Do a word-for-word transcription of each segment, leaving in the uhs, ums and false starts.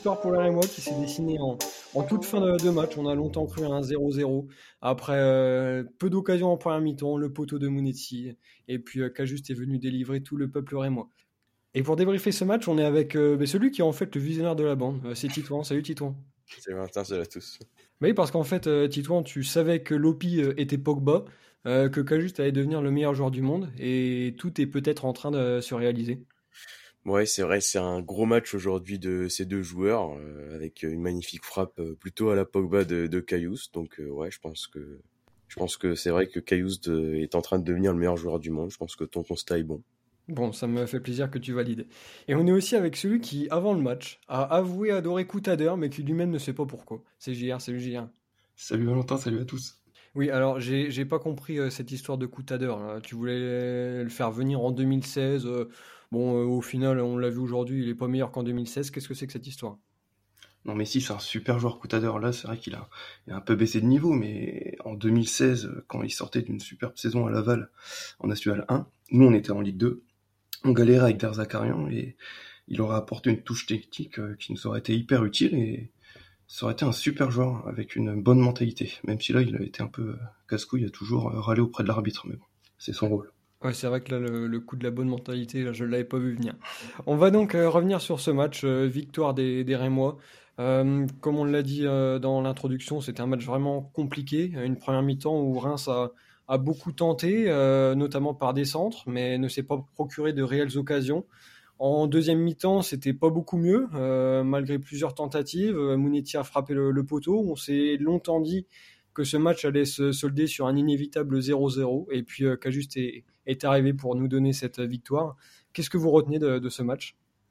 victoire pour les Rémois qui s'est dessinée en, en toute fin de, de match. On a longtemps cru à un zéro zéro. Après euh, peu d'occasions en première mi-temps, le poteau de Mounetzi. Et puis euh, Cajuste est venu délivrer tout le peuple rémois. Et pour débriefer ce match, on est avec euh, bah, celui qui est en fait le visionnaire de la bande. Euh, c'est Titouan. Salut Titouan. C'est Valentin, salut à tous. Bah oui, parce qu'en fait, euh, Titouan, tu savais que Lopi euh, était Pogba, euh, que Cajuste allait devenir le meilleur joueur du monde. Et tout est peut-être en train de se réaliser. Ouais, c'est vrai, c'est un gros match aujourd'hui de ces deux joueurs, euh, avec une magnifique frappe euh, plutôt à la Pogba de, de Karius. Donc euh, ouais, je pense que je pense que c'est vrai que Karius de- est en train de devenir le meilleur joueur du monde. Je pense que ton constat est bon. Bon, ça me fait plaisir que tu valides. Et on est aussi avec celui qui, avant le match, a avoué adorer Coutadeur, mais qui lui-même ne sait pas pourquoi. C'est J R, c'est le J R. Salut Valentin, salut à tous. Oui, alors j'ai j'ai pas compris euh, cette histoire de Coutadeur, là. Tu voulais le faire venir en deux mille seize. euh, bon, euh, au final, on l'a vu aujourd'hui, il est pas meilleur qu'en deux mille seize. Qu'est-ce que c'est que cette histoire? Non mais si, c'est un super joueur Coutadeur, là c'est vrai qu'il a, il a un peu baissé de niveau, mais en deux mille seize, quand il sortait d'une superbe saison à Laval, en National un, nous on était en Ligue deux, on galérait avec Der Zakarian, et il aurait apporté une touche technique euh, qui nous aurait été hyper utile, et ça aurait été un super joueur avec une bonne mentalité, même si là il a été un peu euh, casse-couille, il a toujours euh, râlé auprès de l'arbitre, mais bon, c'est son rôle. Ouais, c'est vrai que là, le, le coup de la bonne mentalité, là, je ne l'avais pas vu venir. On va donc euh, revenir sur ce match, euh, victoire des, des Rémois. Euh, comme on l'a dit euh, dans l'introduction, c'était un match vraiment compliqué. Une première mi-temps où Reims a, a beaucoup tenté, euh, notamment par des centres, mais ne s'est pas procuré de réelles occasions. En deuxième mi-temps, c'était pas beaucoup mieux, euh, malgré plusieurs tentatives. Euh, Mounetzi a frappé le, le poteau. On s'est longtemps dit que ce match allait se solder sur un inévitable zéro zéro. Et puis, euh, Cajuste est, est arrivé pour nous donner cette victoire. Qu'est-ce que vous retenez de, de ce match?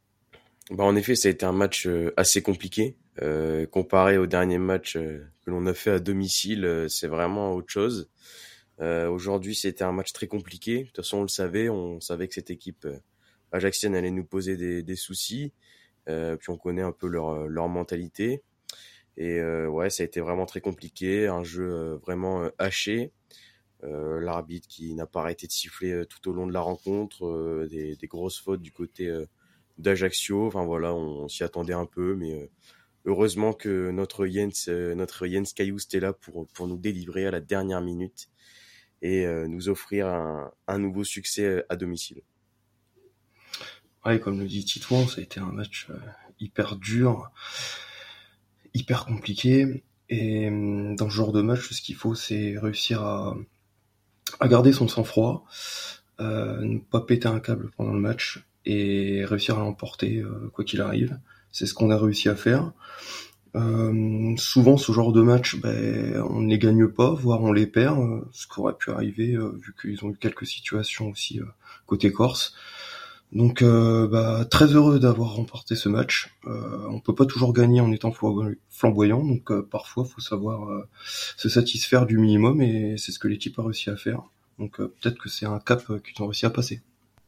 Bah en effet, ça a été un match euh, assez compliqué. Euh, comparé au dernier match euh, que l'on a fait à domicile, euh, c'est vraiment autre chose. Euh, aujourd'hui, c'était un match très compliqué. De toute façon, on le savait, on savait que cette équipe euh, ajaxienne allait nous poser des, des soucis. Euh, puis on connaît un peu leur, leur mentalité. Et euh, ouais, ça a été vraiment très compliqué, un jeu euh, vraiment euh, haché. Euh, l'arbitre qui n'a pas arrêté de siffler euh, tout au long de la rencontre, euh, des, des grosses fautes du côté euh, d'Ajaccio. Enfin voilà, on, on s'y attendait un peu, mais euh, heureusement que notre Jens, euh, notre Jens Kayust est là pour pour nous délivrer à la dernière minute et euh, nous offrir un, un nouveau succès euh, à domicile. Ouais, comme le dit Titouan, ça a été un match euh, hyper dur, hyper compliqué, et euh, dans ce genre de match, ce qu'il faut, c'est réussir à, à garder son sang-froid, euh, ne pas péter un câble pendant le match, et réussir à l'emporter euh, quoi qu'il arrive. C'est ce qu'on a réussi à faire. Euh, souvent, ce genre de match, ben, on ne les gagne pas, voire on les perd, euh, ce qui aurait pu arriver, euh, vu qu'ils ont eu quelques situations aussi euh, côté Corse. Donc, euh, bah, très heureux d'avoir remporté ce match. Euh, on peut pas toujours gagner en étant flamboyant, donc euh, parfois, faut savoir euh, se satisfaire du minimum, et c'est ce que l'équipe a réussi à faire. Donc, euh, peut-être que c'est un cap euh, qu'ils ont réussi à passer.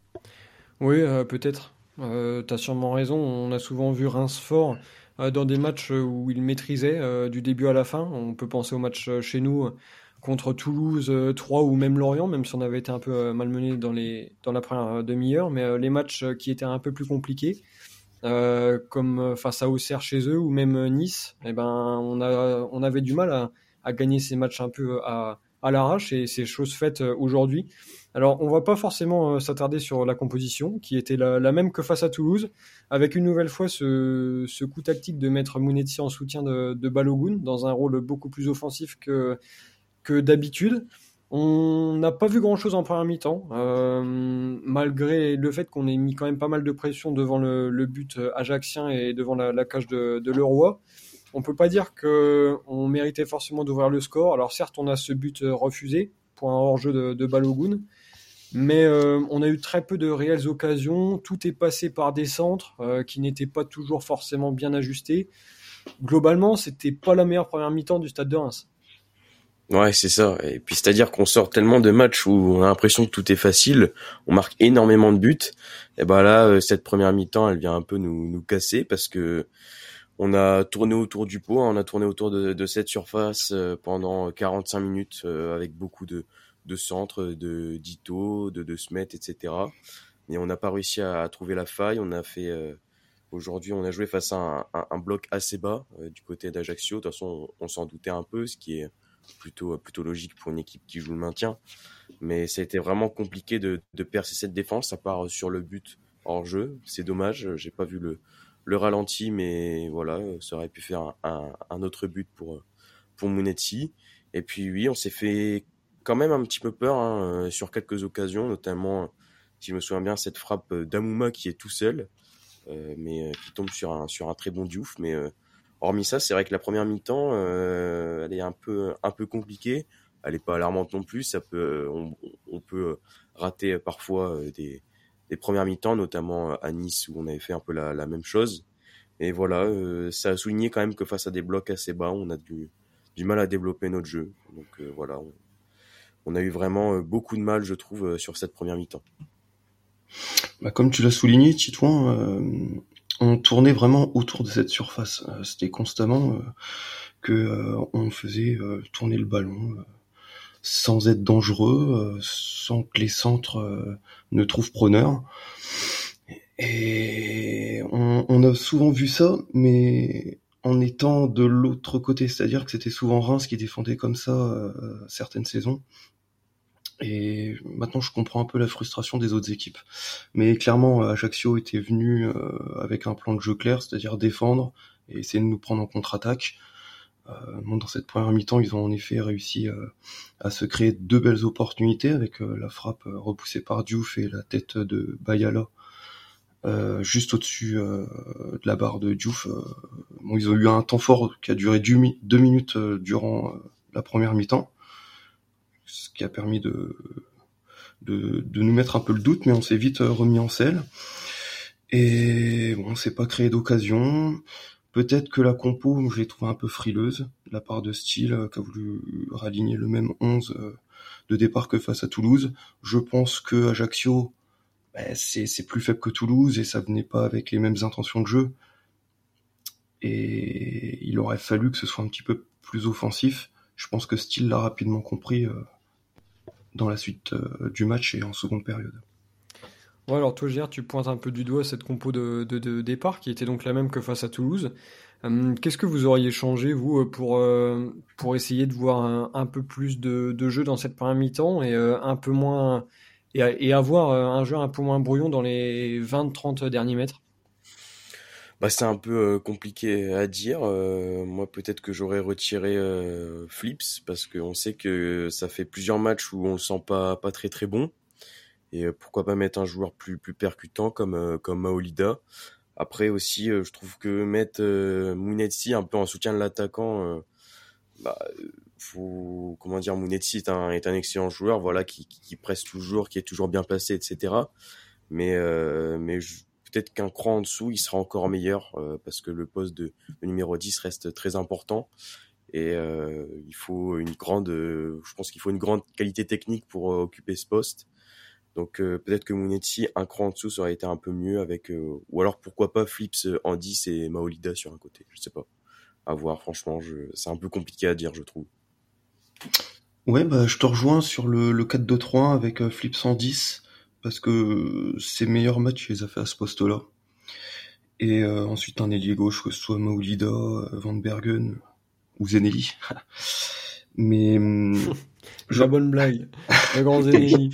Oui, euh, peut-être. Euh, tu as sûrement raison. On a souvent vu Reims fort euh, dans des matchs où il maîtrisait euh, du début à la fin. On peut penser au match euh, chez nous euh, contre Toulouse, euh, Troyes ou même Lorient, même si on avait été un peu euh, malmené dans, les, dans la première euh, demi-heure. Mais euh, les matchs euh, qui étaient un peu plus compliqués, euh, comme euh, face à Auxerre chez eux ou même euh, Nice, eh ben, on, a, on avait du mal à, à gagner ces matchs un peu à, à l'arrache et c'est chose faite euh, aujourd'hui. Alors, on va pas forcément euh, s'attarder sur la composition, qui était la, la même que face à Toulouse, avec une nouvelle fois ce, ce coup tactique de mettre Mounetzi en soutien de, de Balogun, dans un rôle beaucoup plus offensif que, que d'habitude. On n'a pas vu grand-chose en première mi-temps, euh, malgré le fait qu'on ait mis quand même pas mal de pression devant le, le but ajaxien et devant la, la cage de, de Leroy. On peut pas dire qu'on méritait forcément d'ouvrir le score. Alors certes, on a ce but refusé pour un hors-jeu de, de Balogun, mais euh, on a eu très peu de réelles occasions. Tout est passé par des centres euh, qui n'étaient pas toujours forcément bien ajustés. Globalement, c'était pas la meilleure première mi-temps du Stade de Reims. Ouais, c'est ça. Et puis c'est-à-dire qu'on sort tellement de matchs où on a l'impression que tout est facile, on marque énormément de buts. Et ben là, cette première mi-temps, elle vient un peu nous nous casser parce que on a tourné autour du pot, hein, on a tourné autour de, de cette surface euh, pendant quarante-cinq minutes euh, avec beaucoup de, de centres, de d'Ito, de, de Smet, et cetera. Mais on n'a pas réussi à, à trouver la faille. On a fait, euh, Aujourd'hui, on a joué face à un, un, un bloc assez bas euh, du côté d'Ajaccio. De toute façon, on, on s'en doutait un peu, ce qui est plutôt, plutôt logique pour une équipe qui joue le maintien. Mais ça a été vraiment compliqué de, de percer cette défense, à part sur le but hors jeu. C'est dommage, j'ai pas vu le, le ralenti, mais voilà, ça aurait pu faire un, un, un autre but pour, pour Mounetsi. Et puis oui, on s'est fait quand même un petit peu peur hein, sur quelques occasions, notamment, si je me souviens bien, cette frappe d'Amouma qui est tout seul. Euh, mais euh, qui tombe sur un sur un très bon Diouf. Mais euh, hormis ça, c'est vrai que la première mi-temps, euh, elle est un peu un peu compliquée. Elle est pas alarmante non plus. Ça peut, on, on peut rater parfois des des premières mi-temps, notamment à Nice où on avait fait un peu la, la même chose. Et voilà, euh, ça a souligné quand même que face à des blocs assez bas, on a du du mal à développer notre jeu. Donc euh, voilà, on, on a eu vraiment beaucoup de mal, je trouve, sur cette première mi-temps. Bah, comme tu l'as souligné, Titouan, euh, on tournait vraiment autour de cette surface. Euh, c'était constamment euh, que euh, on faisait euh, tourner le ballon euh, sans être dangereux, euh, sans que les centres euh, ne trouvent preneur. Et on, on a souvent vu ça, mais en étant de l'autre côté, c'est-à-dire que c'était souvent Reims qui défendait comme ça euh, certaines saisons. Et maintenant, je comprends un peu la frustration des autres équipes. Mais clairement, Ajaccio était venu euh, avec un plan de jeu clair, c'est-à-dire défendre et essayer de nous prendre en contre-attaque. Euh, dans cette première mi-temps, ils ont en effet réussi euh, à se créer deux belles opportunités avec euh, la frappe euh, repoussée par Diouf et la tête de Bayala euh, juste au-dessus euh, de la barre de Diouf. Euh, bon, ils ont eu un temps fort qui a duré deux, mi- deux minutes euh, durant euh, la première mi-temps, ce qui a permis de, de, de nous mettre un peu le doute, mais on s'est vite remis en selle. Et bon, on s'est pas créé d'occasion. Peut-être que la compo, je l'ai trouvée un peu frileuse, de la part de Steele, euh, qui a voulu raligner le même onze euh, de départ que face à Toulouse. Je pense que Ajaccio, bah, c'est, c'est plus faible que Toulouse et ça venait pas avec les mêmes intentions de jeu. Et il aurait fallu que ce soit un petit peu plus offensif. Je pense que Steele l'a rapidement compris euh, dans la suite euh, du match et en seconde période. Ouais, alors toi, Gérard, tu pointes un peu du doigt cette compo de, de, de départ qui était donc la même que face à Toulouse. Hum, qu'est-ce que vous auriez changé, vous, pour, euh, pour essayer de voir un, un peu plus de, de jeu dans cette première mi-temps et euh, un peu moins et, et avoir euh, un jeu un peu moins brouillon dans les vingt trente derniers mètres? Bah, c'est un peu euh, compliqué à dire. Euh, moi, peut-être que j'aurais retiré euh, Flips parce qu'on sait que ça fait plusieurs matchs où on le sent pas pas très très bon. Et euh, pourquoi pas mettre un joueur plus plus percutant comme euh, comme Maolida. Après aussi, euh, je trouve que mettre euh, Mounetsi un peu en soutien de l'attaquant, euh, bah euh, faut comment dire, Mounetsi est un est un excellent joueur, voilà, qui qui, qui presse toujours, qui est toujours bien placé, et cetera. Mais euh, mais je, peut-être qu'un cran en dessous, il sera encore meilleur euh, parce que le poste de, de numéro dix reste très important et euh, il faut une grande, euh, je pense qu'il faut une grande qualité technique pour euh, occuper ce poste. Donc euh, peut-être que Mounetsi, un cran en dessous, ça aurait été un peu mieux avec, euh, ou alors pourquoi pas Flips en dix et Maolida sur un côté, je sais pas. À voir, franchement, je, c'est un peu compliqué à dire, je trouve. Ouais, bah, je te rejoins sur le, le quatre deux trois avec euh, Flip cent dix, parce que ses meilleurs matchs, il les a fait à ce poste-là. Et euh, ensuite, un ailier gauche, que ce soit Maolida, euh, Van Bergen ou Zenelli. Mais... hum, je... La bonne blague, le grand Zenelli.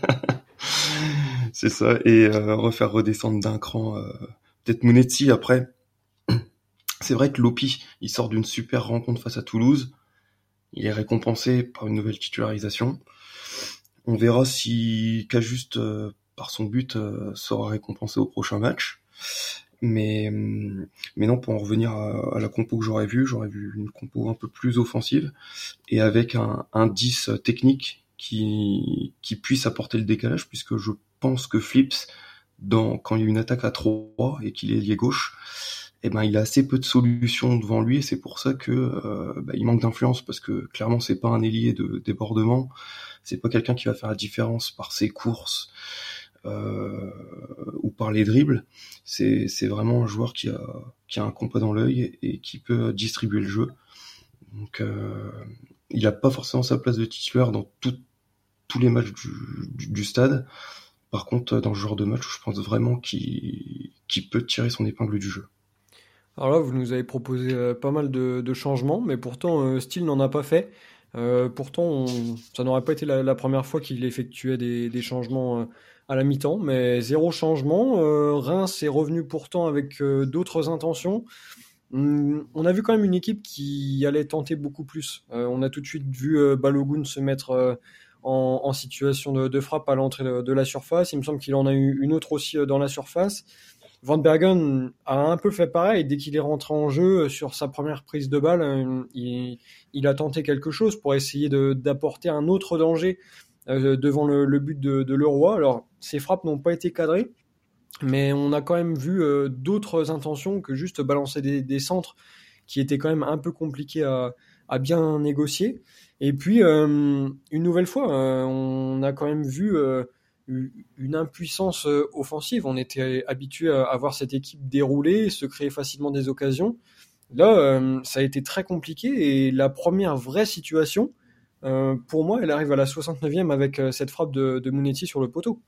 C'est ça, et euh, refaire redescendre d'un cran. Euh, peut-être Mounetsi, après. C'est vrai que Lopi, il sort d'une super rencontre face à Toulouse. Il est récompensé par une nouvelle titularisation. On verra si Cajuste, euh, par son but, euh, sera récompensé au prochain match. Mais, mais non, pour en revenir à, à la compo que j'aurais vue, j'aurais vu une compo un peu plus offensive et avec un, un dix technique qui, qui puisse apporter le décalage, puisque je pense que Flips, dans, quand il y a une attaque à trois et qu'il est lié gauche, eh ben, il a assez peu de solutions devant lui et c'est pour ça que euh, bah, il manque d'influence, parce que clairement c'est pas un ailier de débordement, c'est pas quelqu'un qui va faire la différence par ses courses euh, ou par les dribbles. C'est c'est vraiment un joueur qui a qui a un compas dans l'œil et qui peut distribuer le jeu. Donc euh, il a pas forcément sa place de titulaire dans tout, tous les matchs du, du, du stade, Par contre, dans ce genre de match, je pense vraiment qu'il, qu'il peut tirer son épingle du jeu. Alors là, vous nous avez proposé euh, pas mal de, de changements, mais pourtant, euh, Steele n'en a pas fait. Euh, pourtant, on- ça n'aurait pas été la, la première fois qu'il effectuait des, des changements euh, à la mi-temps, mais zéro changement. Euh, Reims est revenu pourtant avec euh, d'autres intentions. Hum, on a vu quand même une équipe qui allait tenter beaucoup plus. Euh, on a tout de suite vu euh, Balogun se mettre euh, en, en situation de, de frappe à l'entrée de, de la surface. Il me semble qu'il en a eu une autre aussi euh, dans la surface. Van Bergen a un peu fait pareil. Dès qu'il est rentré en jeu euh, sur sa première prise de balle, euh, il, il a tenté quelque chose pour essayer de, d'apporter un autre danger euh, devant le, le but de, de Leroy. Alors, ses frappes n'ont pas été cadrées, mais on a quand même vu euh, d'autres intentions que juste balancer des, des centres qui étaient quand même un peu compliqués à, à bien négocier. Et puis, euh, une nouvelle fois, euh, on a quand même vu euh, une impuissance euh, offensive. On était habitué à, à voir cette équipe dérouler, se créer facilement des occasions. Là, euh, ça a été très compliqué et la première vraie situation, euh, pour moi, elle arrive à la soixante-neuvième avec euh, cette frappe de, de Mounetti sur le poteau.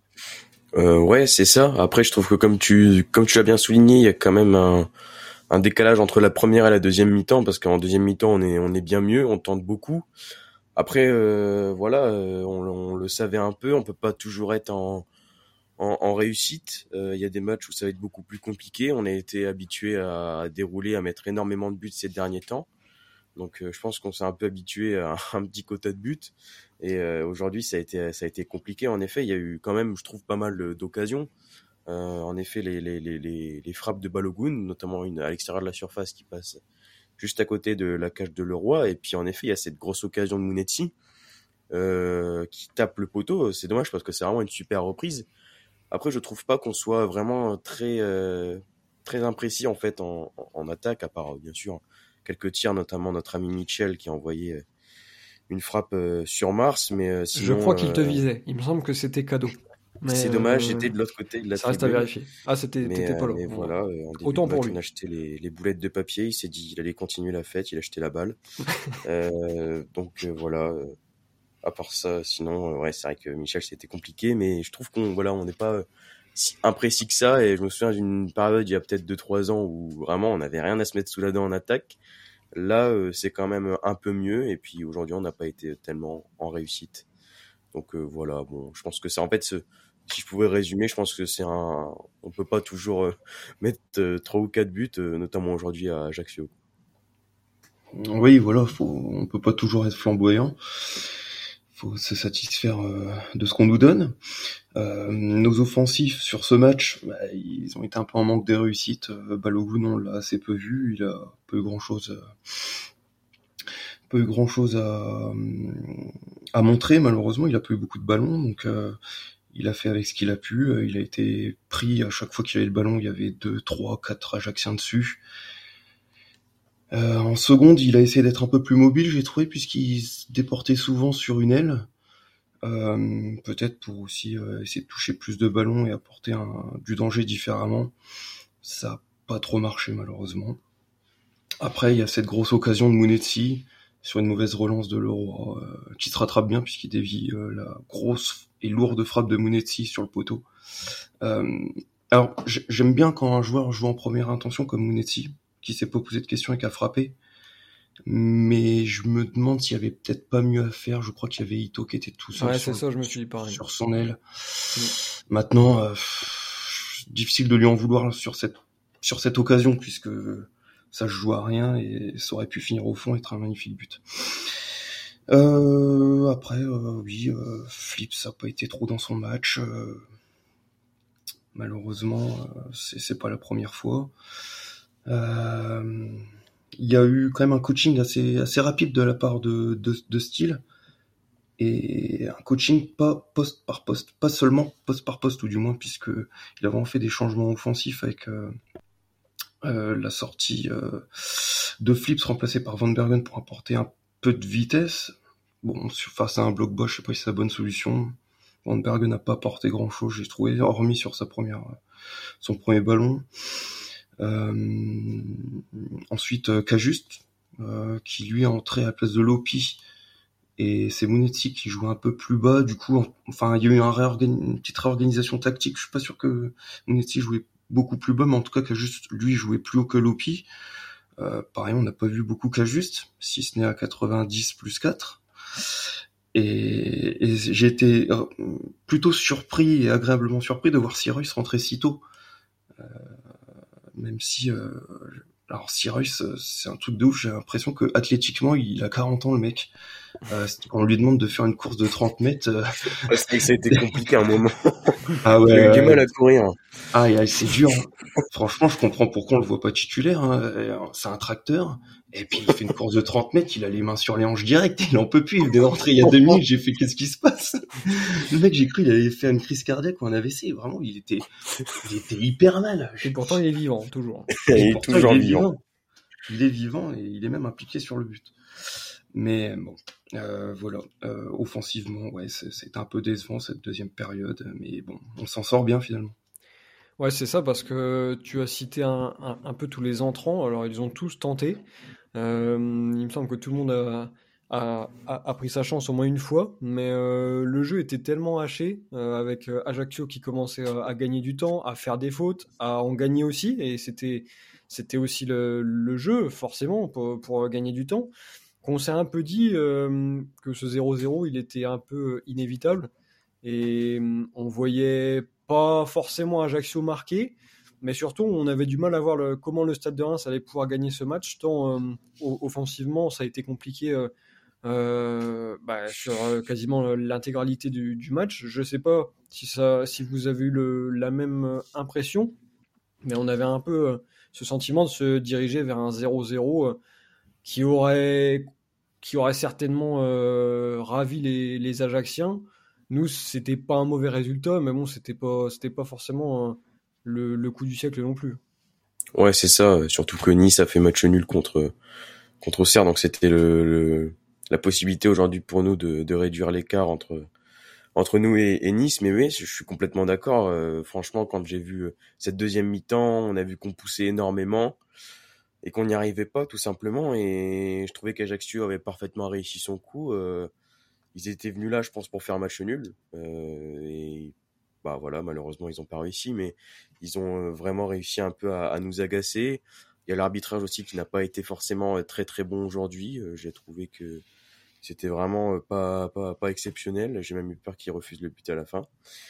Euh, ouais, c'est ça. Après, je trouve que comme tu comme tu l'as bien souligné, il y a quand même un un décalage entre la première et la deuxième mi-temps, parce qu'en deuxième mi-temps, on est on est bien mieux, on tente beaucoup. Après, euh, voilà, euh, on, on le savait un peu, on peut pas toujours être en en, en réussite. Euh, Il y a des matchs où ça va être beaucoup plus compliqué. On a été habitué à, à dérouler, à mettre énormément de buts ces derniers temps. Donc, euh, je pense qu'on s'est un peu habitué à un petit quota de buts. Et euh, aujourd'hui, ça a été ça a été compliqué. En effet, il y a eu quand même, je trouve, pas mal d'occasions. Euh, en effet, les, les, les, les, les frappes de Balogun, notamment une à l'extérieur de la surface qui passe juste à côté de la cage de Leroy. Et puis, en effet, il y a cette grosse occasion de Mounetti euh, qui tape le poteau. C'est dommage parce que c'est vraiment une super reprise. Après, je trouve pas qu'on soit vraiment très euh, très imprécis en fait en, en attaque, à part bien sûr quelques tirs, notamment notre ami Mitchell qui a envoyé une frappe euh, sur Mars. Mais euh, Je sinon, crois qu'il te euh, visait. Il me semble que c'était cadeau. Mais c'est dommage. euh, J'étais de l'autre côté de la ça reste à tribune. vérifier. Ah, c'était, Mais, t'étais euh, pas là. mais Bon, voilà, euh, en début de autant pour match, on lui. a acheté les, les boulettes de papier. Il s'est dit qu'il allait continuer la fête. Il a acheté la balle. euh, donc euh, voilà. Euh, à part ça, sinon, euh, ouais, c'est vrai que Michel, c'était compliqué. Mais je trouve qu'on voilà, on n'est pas si imprécis que ça. Et je me souviens d'une période il y a peut-être deux trois ans où vraiment on n'avait rien à se mettre sous la dent en attaque. Là, euh, c'est quand même un peu mieux. Et puis aujourd'hui, on n'a pas été tellement en réussite. Donc euh, voilà, bon, je pense que c'est en fait ce, si je pouvais résumer, je pense que c'est un, on peut pas toujours euh, mettre euh, trois ou quatre buts, euh, notamment aujourd'hui à Ajaccio. Oui, voilà, faut, on peut pas toujours être flamboyant. Faut se satisfaire euh, de ce qu'on nous donne. Euh, nos offensifs sur ce match, bah, ils ont été un peu en manque de réussite. Euh, Balogun, on l'a assez peu vu, il a peu eu grand chose, euh, peu eu grand chose à, à montrer. Malheureusement, il a pas eu beaucoup de ballons, donc euh, il a fait avec ce qu'il a pu. Il a été pris à chaque fois qu'il avait le ballon, il y avait deux, trois, quatre Ajacciens dessus. Euh, en seconde, il a essayé d'être un peu plus mobile, j'ai trouvé, puisqu'il se déportait souvent sur une aile. Euh, peut-être pour aussi euh, essayer de toucher plus de ballons et apporter un, du danger différemment. Ça n'a pas trop marché, malheureusement. Après, il y a cette grosse occasion de Mounetti sur une mauvaise relance de Leroy, euh, qui se rattrape bien puisqu'il dévie euh, la grosse et lourde frappe de Mounetti sur le poteau. Euh, alors, j'aime bien quand un joueur joue en première intention comme Mounetti, qui s'est pas posé de questions et qui a frappé. Mais je me demande s'il y avait peut-être pas mieux à faire. Je crois qu'il y avait Ito qui était tout seul Ouais, sur, c'est ça, je me suis dit pareil. sur son aile. Mmh. Maintenant, euh, difficile de lui en vouloir sur cette, sur cette occasion, puisque ça se joue à rien et ça aurait pu finir au fond et être un magnifique but. Euh, après, euh, oui, euh, Flip, ça n'a pas été trop dans son match. Euh, malheureusement, euh, c'est, c'est pas la première fois. Euh, il y a eu quand même un coaching assez, assez rapide de la part de, de, de Steele, et un coaching pas poste par poste, pas seulement poste par poste, ou du moins, puisque il a vraiment fait des changements offensifs avec euh, euh, la sortie euh, de Flips remplacé par Van Bergen pour apporter un peu de vitesse. Bon, face à un bloc bas, je sais pas si c'est la bonne solution. Van Bergen n'a pas apporté grand chose, j'ai trouvé, hormis sur sa première, son premier ballon. Euh, ensuite, euh, Cajuste, euh, qui lui est entré à la place de Lopi et c'est Mounetzi qui jouait un peu plus bas. Du coup, enfin, il y a eu un réorgan... une petite réorganisation tactique. Je suis pas sûr que Mounetzi jouait beaucoup plus bas, mais en tout cas, qu'Ajuste, lui, jouait plus haut que Lopi. Euh, pareil, on n'a pas vu beaucoup qu'Ajuste, si ce n'est à quatre-vingt-dix plus quatre. Et, et j'ai été plutôt surpris et agréablement surpris de voir Cyrus rentrer si tôt. Euh, même si... Euh, Alors Cyrus, c'est un truc de ouf, j'ai l'impression que athlétiquement, il a quarante ans le mec. Euh, on lui demande de faire une course de trente mètres. Euh... Parce que ça a été compliqué à un moment. Ah ouais, il a eu ouais, du mal ouais. à courir. Ah, ouais, c'est dur. Franchement, je comprends pourquoi on le voit pas titulaire. Hein. C'est un tracteur. Et puis il fait une course de trente mètres, il a les mains sur les hanches direct, il en peut plus, il venait d'entrer il y a deux minutes, j'ai fait qu'est-ce qui se passe? Le mec, j'ai cru il avait fait une crise cardiaque ou un A V C, vraiment, il était, il était hyper mal. Et pourtant il est vivant, toujours. il est pourtant, toujours il est vivant. vivant. Il est vivant et il est même impliqué sur le but. Mais bon, euh, voilà, euh, offensivement, ouais, c'est, c'est un peu décevant cette deuxième période, mais bon, on s'en sort bien finalement. Ouais, c'est ça, parce que tu as cité un, un, un peu tous les entrants, alors ils ont tous tenté. Euh, il me semble que tout le monde a, a, a, a pris sa chance au moins une fois, mais euh, le jeu était tellement haché, euh, avec Ajaccio qui commençait à, à gagner du temps, à faire des fautes, à en gagner aussi, et c'était, c'était aussi le, le jeu, forcément, pour, pour gagner du temps, qu'on s'est un peu dit euh, que ce zéro zéro, il était un peu inévitable, et on voyait pas forcément Ajaccio marquer, mais surtout on avait du mal à voir le, comment le Stade de Reims allait pouvoir gagner ce match, tant euh, offensivement ça a été compliqué euh, euh, bah, sur euh, quasiment l'intégralité du, du match. Je sais pas si, ça, si vous avez eu le, la même impression, mais on avait un peu euh, ce sentiment de se diriger vers un zéro zéro euh, qui aurait, qui aurait certainement euh, ravi les, les Ajacciens. Nous, c'était pas un mauvais résultat, mais bon, c'était pas, c'était pas forcément euh, le, le coup du siècle non plus. Ouais, c'est ça. Surtout que Nice a fait match nul contre contre Auxerre, donc c'était le, le la possibilité aujourd'hui pour nous de, de réduire l'écart entre entre nous et, et Nice. Mais oui, je suis complètement d'accord. Euh, franchement, quand j'ai vu cette deuxième mi-temps, on a vu qu'on poussait énormément et qu'on n'y arrivait pas, tout simplement. Et je trouvais qu'Ajaccio avait parfaitement réussi son coup. Euh, ils étaient venus là, je pense, pour faire match nul. Euh, et bah voilà, malheureusement, ils n'ont pas réussi, mais ils ont vraiment réussi un peu à, à nous agacer. Il y a l'arbitrage aussi qui n'a pas été forcément très très bon aujourd'hui. Euh, j'ai trouvé que c'était vraiment pas pas pas exceptionnel. J'ai même eu peur qu'ils refusent le but à la fin.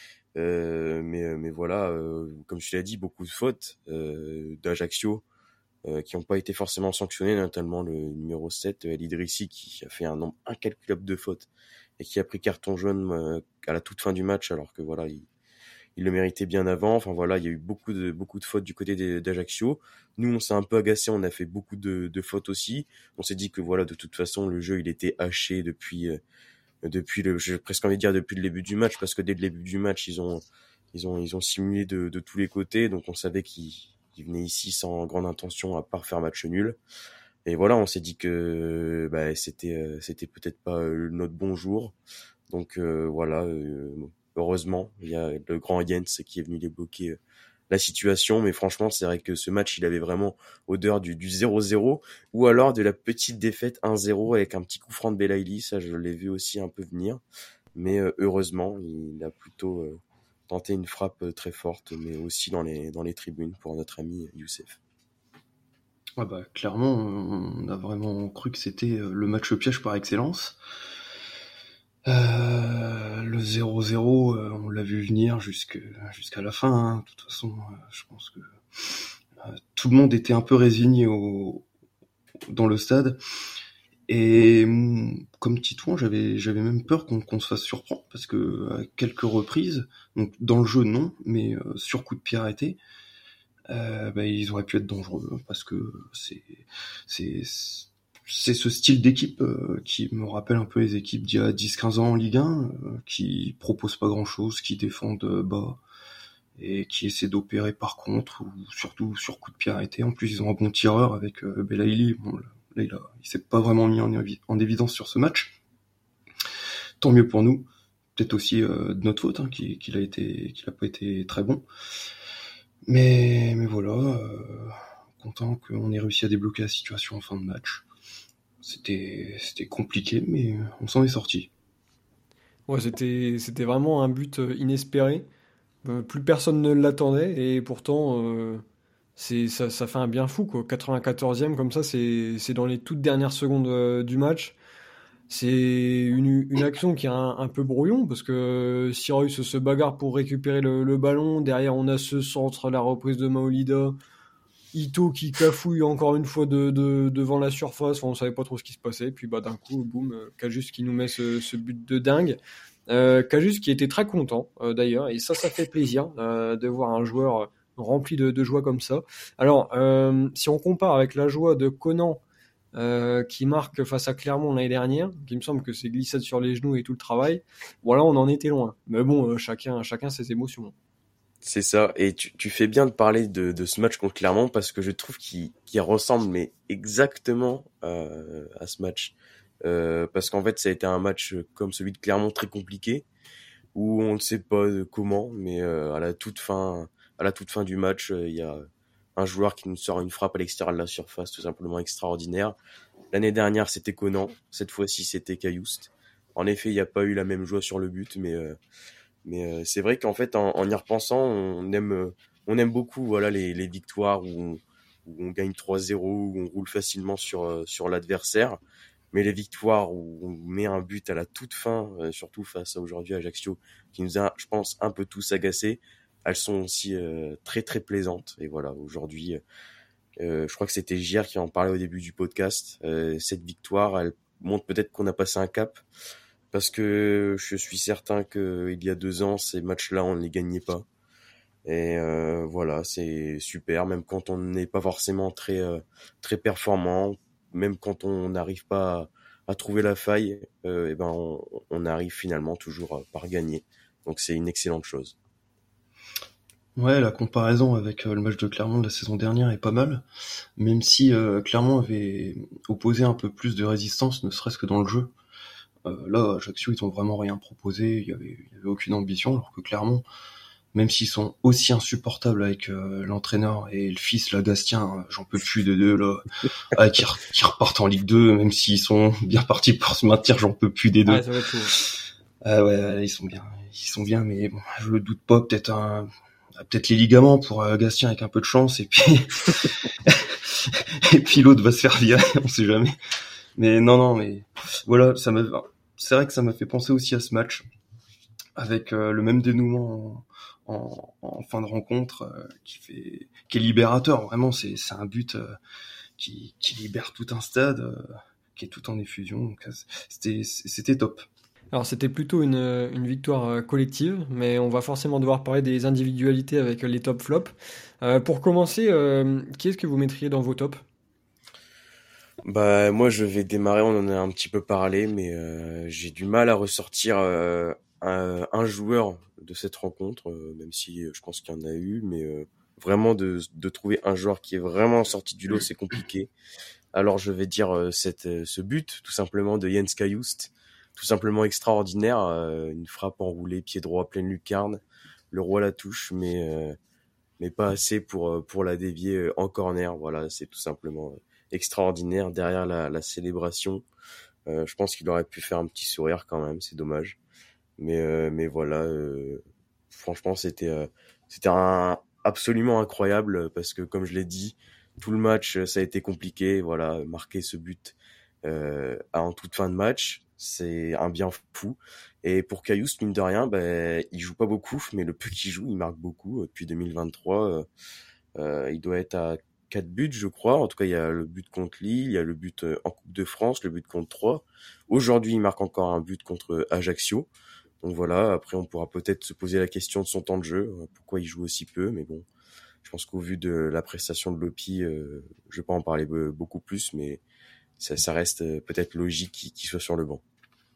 Euh, mais mais voilà, euh, comme je l'ai dit, beaucoup de fautes euh, d'Ajaccio euh, qui n'ont pas été forcément sanctionnées, notamment le numéro sept, El Idrissi, qui a fait un nombre incalculable de fautes et qui a pris carton jaune euh, à la toute fin du match, alors que voilà, il, il le méritait bien avant. Enfin voilà, il y a eu beaucoup de beaucoup de fautes du côté des, d'Ajaccio. Nous, on s'est un peu agacé, on a fait beaucoup de, de fautes aussi. On s'est dit que voilà, de toute façon, le jeu il était haché depuis euh, depuis le, j'ai presque envie de dire depuis le début du match, parce que dès le début du match, ils ont ils ont ils ont simulé de, de tous les côtés, donc on savait qu'ils, qu'ils venaient ici sans grande intention à part faire match nul. Et voilà, on s'est dit que bah, c'était euh, c'était peut-être pas euh, notre bon jour. Donc euh, voilà, euh, heureusement, il y a le grand Jens qui est venu débloquer euh, la situation. Mais franchement, c'est vrai que ce match, il avait vraiment odeur du, du zéro zéro ou alors de la petite défaite un zéro avec un petit coup franc de Belaïli. Ça, je l'ai vu aussi un peu venir. Mais euh, heureusement, il a plutôt euh, tenté une frappe euh, très forte, mais aussi dans les, dans les tribunes pour notre ami Youssef. Ah bah, clairement, on a vraiment cru que c'était le match piège par excellence. Euh, le zéro zéro, euh, on l'a vu venir jusque, jusqu'à la fin. Hein. De toute façon, euh, je pense que euh, tout le monde était un peu résigné au, dans le stade. Et comme Titouan, j'avais, j'avais même peur qu'on, qu'on se fasse surprendre, parce que à quelques reprises, donc dans le jeu non, mais euh, sur coup de pied arrêté, Euh, bah, ils auraient pu être dangereux, parce que c'est c'est c'est ce style d'équipe euh, qui me rappelle un peu les équipes d'il y a dix quinze ans en Ligue un, euh, qui proposent pas grand chose, qui défendent bas et qui essaient d'opérer par contre, ou surtout sur coup de pied arrêté. En plus, ils ont un bon tireur avec euh, Belaïli. Bon, là, il, a, il s'est pas vraiment mis en, en évidence sur ce match. Tant mieux pour nous. Peut-être aussi euh, de notre faute, hein, qu'il, qu'il a été, qu'il a pas été très bon. Mais, mais voilà, euh, content qu'on ait réussi à débloquer la situation en fin de match. c'était, c'était compliqué, mais on s'en est sorti. Ouais, c'était, c'était vraiment un but euh, inespéré. Euh, plus personne ne l'attendait et pourtant euh, c'est, ça, ça fait un bien fou quoi. quatre-vingt-quatorzième comme ça, c'est, c'est dans les toutes dernières secondes euh, du match. C'est une, une action qui est un, un peu brouillon parce que Sirius se bagarre pour récupérer le, le ballon. Derrière, on a ce centre, la reprise de Maolida. Ito qui cafouille encore une fois de, de- devant la surface. Enfin, on savait pas trop ce qui se passait. Puis bah, d'un coup, boum, euh, Kajus qui nous met ce, ce but de dingue. Euh, Kajus qui était très content euh, d'ailleurs. Et ça, ça fait plaisir euh, de voir un joueur rempli de, de joie comme ça. Alors, euh, si on compare avec la joie de Conan euh, qui marque face à Clermont l'année dernière, qui me semble que c'est glissade sur les genoux et tout le travail. Voilà, on en était loin. Mais bon, euh, chacun, chacun ses émotions. C'est ça. Et tu, tu fais bien de parler de, de ce match contre Clermont parce que je trouve qu'il qu'il ressemble mais exactement euh, à ce match. Euh, parce qu'en fait, ça a été un match euh, comme celui de Clermont très compliqué où on ne sait pas euh, comment, mais euh, à la toute fin, à la toute fin du match, euh, il y a un joueur qui nous sort une frappe à l'extérieur de la surface, tout simplement extraordinaire. L'année dernière, c'était Conan. Cette fois-ci, c'était Cayoust. En effet, il n'y a pas eu la même joie sur le but, mais euh, mais euh, c'est vrai qu'en fait, en, en y repensant, on aime, euh, on aime beaucoup voilà, les, les victoires où on, où on gagne trois zéro, où on roule facilement sur, euh, sur l'adversaire. Mais les victoires où on met un but à la toute fin, euh, surtout face à aujourd'hui Ajaccio, qui nous a, je pense, un peu tous agacés, elles sont aussi euh, très très plaisantes. Et voilà, aujourd'hui, euh, je crois que c'était J R qui en parlait au début du podcast. Euh, cette victoire, elle montre peut-être qu'on a passé un cap, parce que je suis certain que il y a deux ans, ces matchs-là, on ne les gagnait pas. Et euh, voilà, c'est super, même quand on n'est pas forcément très euh, très performant, même quand on n'arrive pas à, à trouver la faille, euh, et ben on, on arrive finalement toujours euh, par gagner. Donc c'est une excellente chose. Ouais, la comparaison avec euh, le match de Clermont de la saison dernière est pas mal, même si euh, Clermont avait opposé un peu plus de résistance, ne serait-ce que dans le jeu. Euh, là, Ajaccio, ils ont vraiment rien proposé, il y avait, il y avait aucune ambition, alors que Clermont, même s'ils sont aussi insupportables avec euh, l'entraîneur et le fils, là, Gastien, euh, j'en peux plus de deux, là, ah, qui, re- qui repartent en Ligue deux, même s'ils sont bien partis pour se maintenir, j'en peux plus des deux. Ah, ça va être chaud. Ah ouais, ouais, ils sont bien, ils sont bien, mais bon, je le doute pas, peut-être un, peut-être les ligaments pour euh, Gastien avec un peu de chance, et puis, et puis l'autre va se faire virer, on sait jamais. Mais non, non, mais voilà, ça m'a, c'est vrai que ça m'a fait penser aussi à ce match, avec euh, le même dénouement en, en, en fin de rencontre, euh, qui fait, qui est libérateur. Vraiment, c'est, c'est un but euh, qui, qui libère tout un stade, euh, qui est tout en effusion. Donc, euh, c'était, c'était top. Alors c'était plutôt une, une victoire euh, collective, mais on va forcément devoir parler des individualités avec les top flops. Euh, pour commencer, euh, qui est-ce que vous mettriez dans vos tops? Bah moi je vais démarrer, on en a un petit peu parlé, mais euh, j'ai du mal à ressortir euh, un, un joueur de cette rencontre, euh, même si euh, je pense qu'il y en a eu, mais euh, vraiment de, de trouver un joueur qui est vraiment sorti du lot, c'est compliqué. Alors je vais dire euh, cette, euh, ce but, tout simplement, de Jens Kajuste, tout simplement extraordinaire, euh, une frappe enroulée, pied droit, pleine lucarne, le roi la touche, mais euh, mais pas assez pour euh, pour la dévier euh, en corner. Voilà, c'est tout simplement euh, extraordinaire. Derrière la, la célébration, euh, je pense qu'il aurait pu faire un petit sourire quand même, c'est dommage. Mais euh, mais voilà, euh, franchement c'était euh, c'était un absolument incroyable parce que comme je l'ai dit, tout le match ça a été compliqué. Voilà, marquer ce but euh, en toute fin de match, c'est un bien fou. Et pour Karius, mine de rien, ben il joue pas beaucoup, mais le peu qu'il joue, il marque beaucoup. Depuis deux mille vingt-trois, euh, euh, il doit être à quatre buts, je crois. En tout cas, il y a le but contre Lille, il y a le but euh, en Coupe de France, le but contre Troyes. Aujourd'hui, il marque encore un but contre Ajaccio. Donc voilà, après on pourra peut-être se poser la question de son temps de jeu, euh, pourquoi il joue aussi peu, mais bon, je pense qu'au vu de la prestation de Lopi, euh, je vais pas en parler be- beaucoup plus, mais ça, ça reste euh, peut-être logique qu'il qu'il soit sur le banc.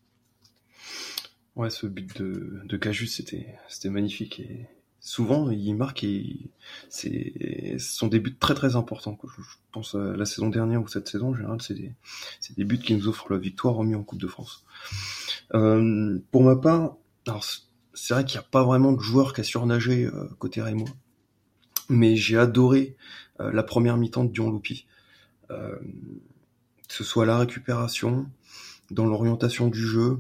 Ouais, ce but de, de Cajus, c'était, c'était magnifique. Et souvent, il marque et c'est, ce sont des buts très très importants. Je, je pense à la saison dernière ou cette saison, en général, c'est des, c'est des buts qui nous offrent la victoire remis en Coupe de France. Euh, pour ma part, alors c'est vrai qu'il n'y a pas vraiment de joueur qui a surnagé euh, côté Rémois, mais j'ai adoré euh, la première mi-temps de Dion Lopi. Euh, que ce soit la récupération, dans l'orientation du jeu,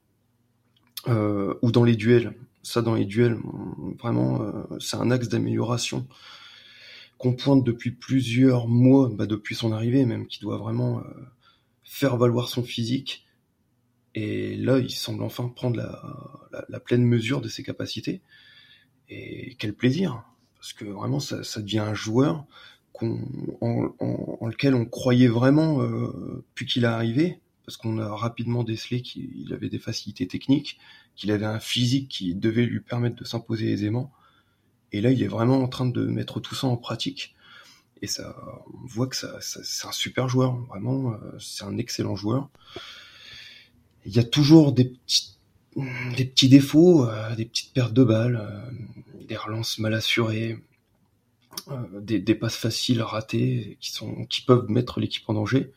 euh, ou dans les duels. Ça, dans les duels, vraiment, euh, c'est un axe d'amélioration qu'on pointe depuis plusieurs mois, bah depuis son arrivée même, qui doit vraiment euh, faire valoir son physique. Et là, il semble enfin prendre la, la, la pleine mesure de ses capacités. Et quel plaisir, parce que vraiment, ça, ça devient un joueur qu'on, en, en, en lequel on croyait vraiment euh, depuis qu'il est arrivé, parce qu'on a rapidement décelé qu'il avait des facilités techniques, qu'il avait un physique qui devait lui permettre de s'imposer aisément. Et là, il est vraiment en train de mettre tout ça en pratique. Et ça, on voit que ça, ça, c'est un super joueur, vraiment, euh, c'est un excellent joueur. Il y a toujours des petits, des petits défauts, euh, des petites pertes de balles, euh, des relances mal assurées, euh, des, des passes faciles ratées qui sont, qui peuvent mettre l'équipe en danger.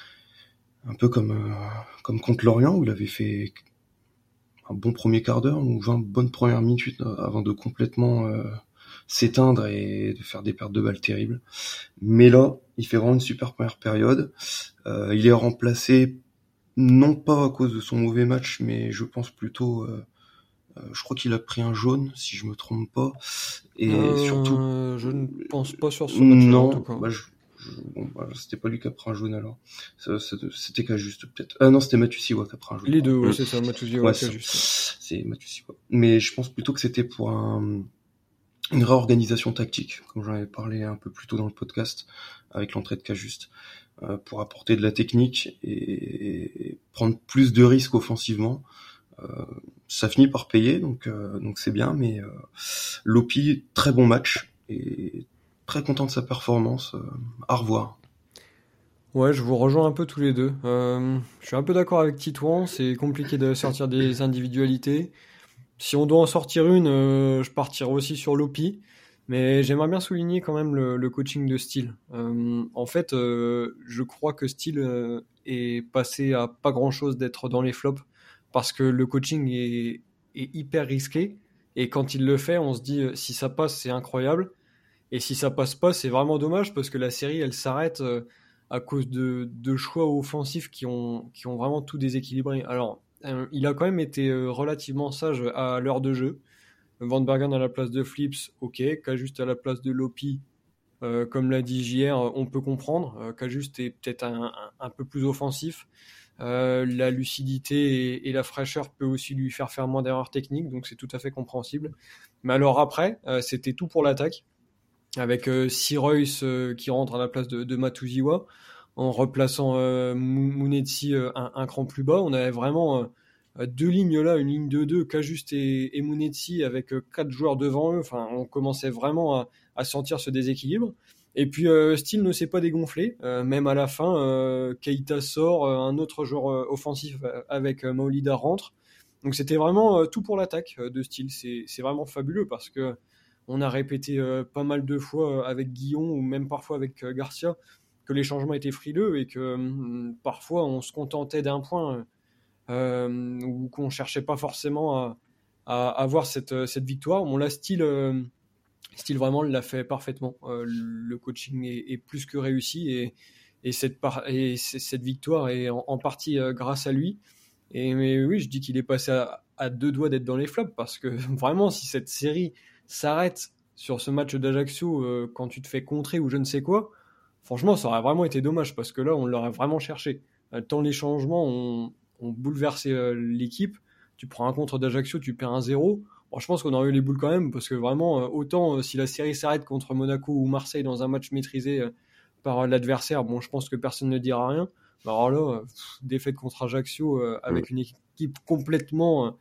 Un peu comme, euh, comme contre Lorient, où il avait fait un bon premier quart d'heure ou vingt bonnes premières minutes avant de complètement euh, s'éteindre et de faire des pertes de balles terribles. Mais là, il fait vraiment une super première période. Euh, il est remplacé non pas à cause de son mauvais match, mais je pense plutôt... Euh, euh, je crois qu'il a pris un jaune, si je me trompe pas. Et Euh, surtout... je ne pense pas sur ce match-là, en tout Non, cas. bah, je, je, bon, bah, c'était pas lui qui a pris un jaune alors. Ça, ça, c'était qu'à juste peut-être. Ah non, c'était Matusiwa qui a pris un jaune. Les deux, ouais, Mmh. c'est ça, Matusiwa, Ouais, qui a c'est, juste. c'est Matusiwa. Mais je pense plutôt que c'était pour un, une réorganisation tactique, comme j'en avais parlé un peu plus tôt dans le podcast, avec l'entrée de Cajuste, euh, pour apporter de la technique et, et prendre plus de risques offensivement. Euh, ça finit par payer, donc euh, donc c'est bien, mais euh, Lopi, très bon match et très content de sa performance. Euh, à revoir. Ouais, je vous rejoins un peu tous les deux. Euh, je suis un peu d'accord avec Titouan, c'est compliqué de sortir des individualités. Si on doit en sortir une, euh, je partirai aussi sur Lopi, mais j'aimerais bien souligner quand même le, le coaching de Steele. Euh, en fait, euh, je crois que Steele euh, est passé à pas grand-chose d'être dans les flops, parce que le coaching est, est hyper risqué, et quand il le fait, on se dit, euh, si ça passe, c'est incroyable, et si ça passe pas, c'est vraiment dommage, parce que la série, elle s'arrête euh, à cause de, de choix offensifs qui ont, qui ont vraiment tout déséquilibré. Alors, euh, il a quand même été euh, relativement sage à l'heure de jeu. Van Bergen à la place de Flips, ok. Cajuste à la place de Lopi, euh, comme l'a dit J R, on peut comprendre. Euh, Cajuste est peut-être un, un, un peu plus offensif. Euh, la lucidité et, et la fraîcheur peut aussi lui faire faire moins d'erreurs techniques, donc c'est tout à fait compréhensible. Mais alors après, euh, c'était tout pour l'attaque, avec euh, Sirois euh, qui rentre à la place de, de Matusiwa, en replaçant euh, Munetsi euh, un, un cran plus bas. On avait vraiment euh, deux lignes là, une ligne de deux, Cajuste et, et Munetsi, avec euh, quatre joueurs devant eux. Enfin, on commençait vraiment à, à sentir ce déséquilibre. Et puis euh, Steele ne s'est pas dégonflé, euh, même à la fin, euh, Keita sort, euh, un autre joueur euh, offensif avec euh, Maolida rentre. Donc c'était vraiment euh, tout pour l'attaque euh, de Steele. C'est, c'est vraiment fabuleux, parce que on a répété euh, pas mal de fois euh, avec Guillon, ou même parfois avec euh, Garcia, que les changements étaient frileux et que euh, parfois on se contentait d'un point, euh, ou qu'on cherchait pas forcément à, à avoir cette, cette victoire. On l'a Steele, euh, Steele vraiment l'a fait parfaitement. Euh, le coaching est, est plus que réussi, et, et, cette, par, et cette victoire est en, en partie euh, grâce à lui. Et mais oui, je dis qu'il est passé à, à deux doigts d'être dans les flops, parce que vraiment, si cette série s'arrête sur ce match d'Ajaccio euh, quand tu te fais contrer ou je ne sais quoi, franchement, ça aurait vraiment été dommage, parce que là, on l'aurait vraiment cherché. Euh, tant les changements ont, ont bouleversé euh, l'équipe. Tu prends un contre d'Ajaccio, tu perds un zéro. Bon, je pense qu'on aurait eu les boules quand même, parce que vraiment, euh, autant euh, si la série s'arrête contre Monaco ou Marseille dans un match maîtrisé euh, par euh, l'adversaire, bon, je pense que personne ne dira rien. Alors là, euh, pff, défaite contre Ajaccio euh, avec une équipe complètement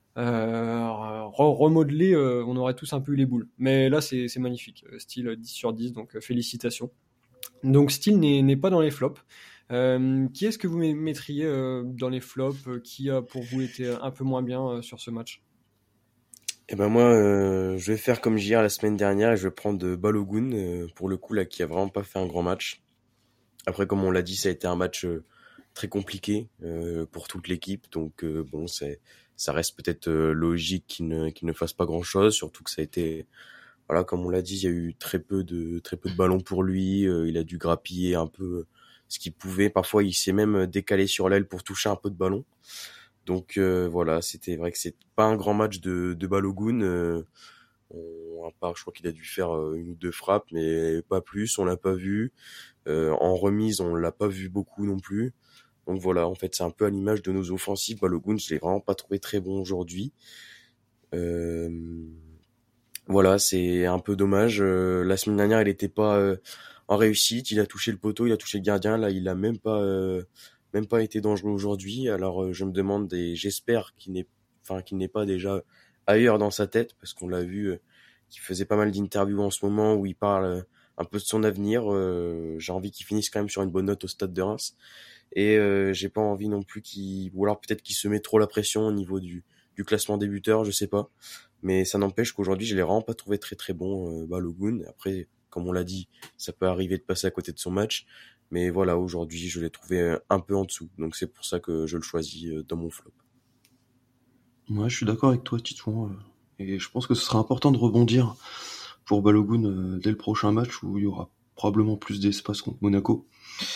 euh, remodelée, euh, on aurait tous un peu eu les boules. Mais là, c'est, c'est magnifique. Style dix sur dix, donc euh, félicitations. Donc Steele n'est, n'est pas dans les flops. Euh, qui est-ce que vous mettriez euh, dans les flops, euh, qui a pour vous été un peu moins bien euh, sur ce match? Eh ben moi, euh, je vais faire comme J R la semaine dernière, et je vais prendre Balogun, euh, pour le coup là, qui a vraiment pas fait un grand match. Après, comme on l'a dit, ça a été un match euh, très compliqué euh, pour toute l'équipe, donc euh, bon, c'est, ça reste peut-être euh, logique qu'il ne, qu'il ne fasse pas grand-chose, surtout que ça a été, voilà, comme on l'a dit, il y a eu très peu de très peu de ballons pour lui, euh, il a dû grappiller un peu ce qu'il pouvait. Parfois, il s'est même décalé sur l'aile pour toucher un peu de ballon. Donc euh, voilà, c'était vrai que c'est pas un grand match de, de Balogun. Euh, on, à part, je crois qu'il a dû faire une ou deux frappes, mais pas plus. On l'a pas vu. Euh, en remise, on l'a pas vu beaucoup non plus. Donc voilà, en fait, c'est un peu à l'image de nos offensives. Balogun, je l'ai vraiment pas trouvé très bon aujourd'hui. Euh, voilà, c'est un peu dommage. Euh, la semaine dernière, il était pas euh, en réussite. Il a touché le poteau, il a touché le gardien. Là, il a même pas, euh, même pas été dangereux aujourd'hui. Alors, euh, je me demande et j'espère qu'il n'est, enfin, qu'il n'est pas déjà ailleurs dans sa tête, parce qu'on l'a vu, euh, qu'il faisait pas mal d'interviews en ce moment où il parle euh, un peu de son avenir. Euh, j'ai envie qu'il finisse quand même sur une bonne note au Stade de Reims. Et euh, j'ai pas envie non plus qu'il, ou alors peut-être qu'il se met trop la pression au niveau du, du classement des buteurs, je sais pas. Mais ça n'empêche qu'aujourd'hui, je l'ai vraiment pas trouvé très très bon, euh, Balogun. Après, comme on l'a dit, ça peut arriver de passer à côté de son match. Mais voilà, aujourd'hui, je l'ai trouvé un peu en dessous. Donc c'est pour ça que je le choisis dans mon flop. Ouais, je suis d'accord avec toi, Titouan. Et je pense que ce sera important de rebondir pour Balogun euh, dès le prochain match où il y aura probablement plus d'espace contre Monaco.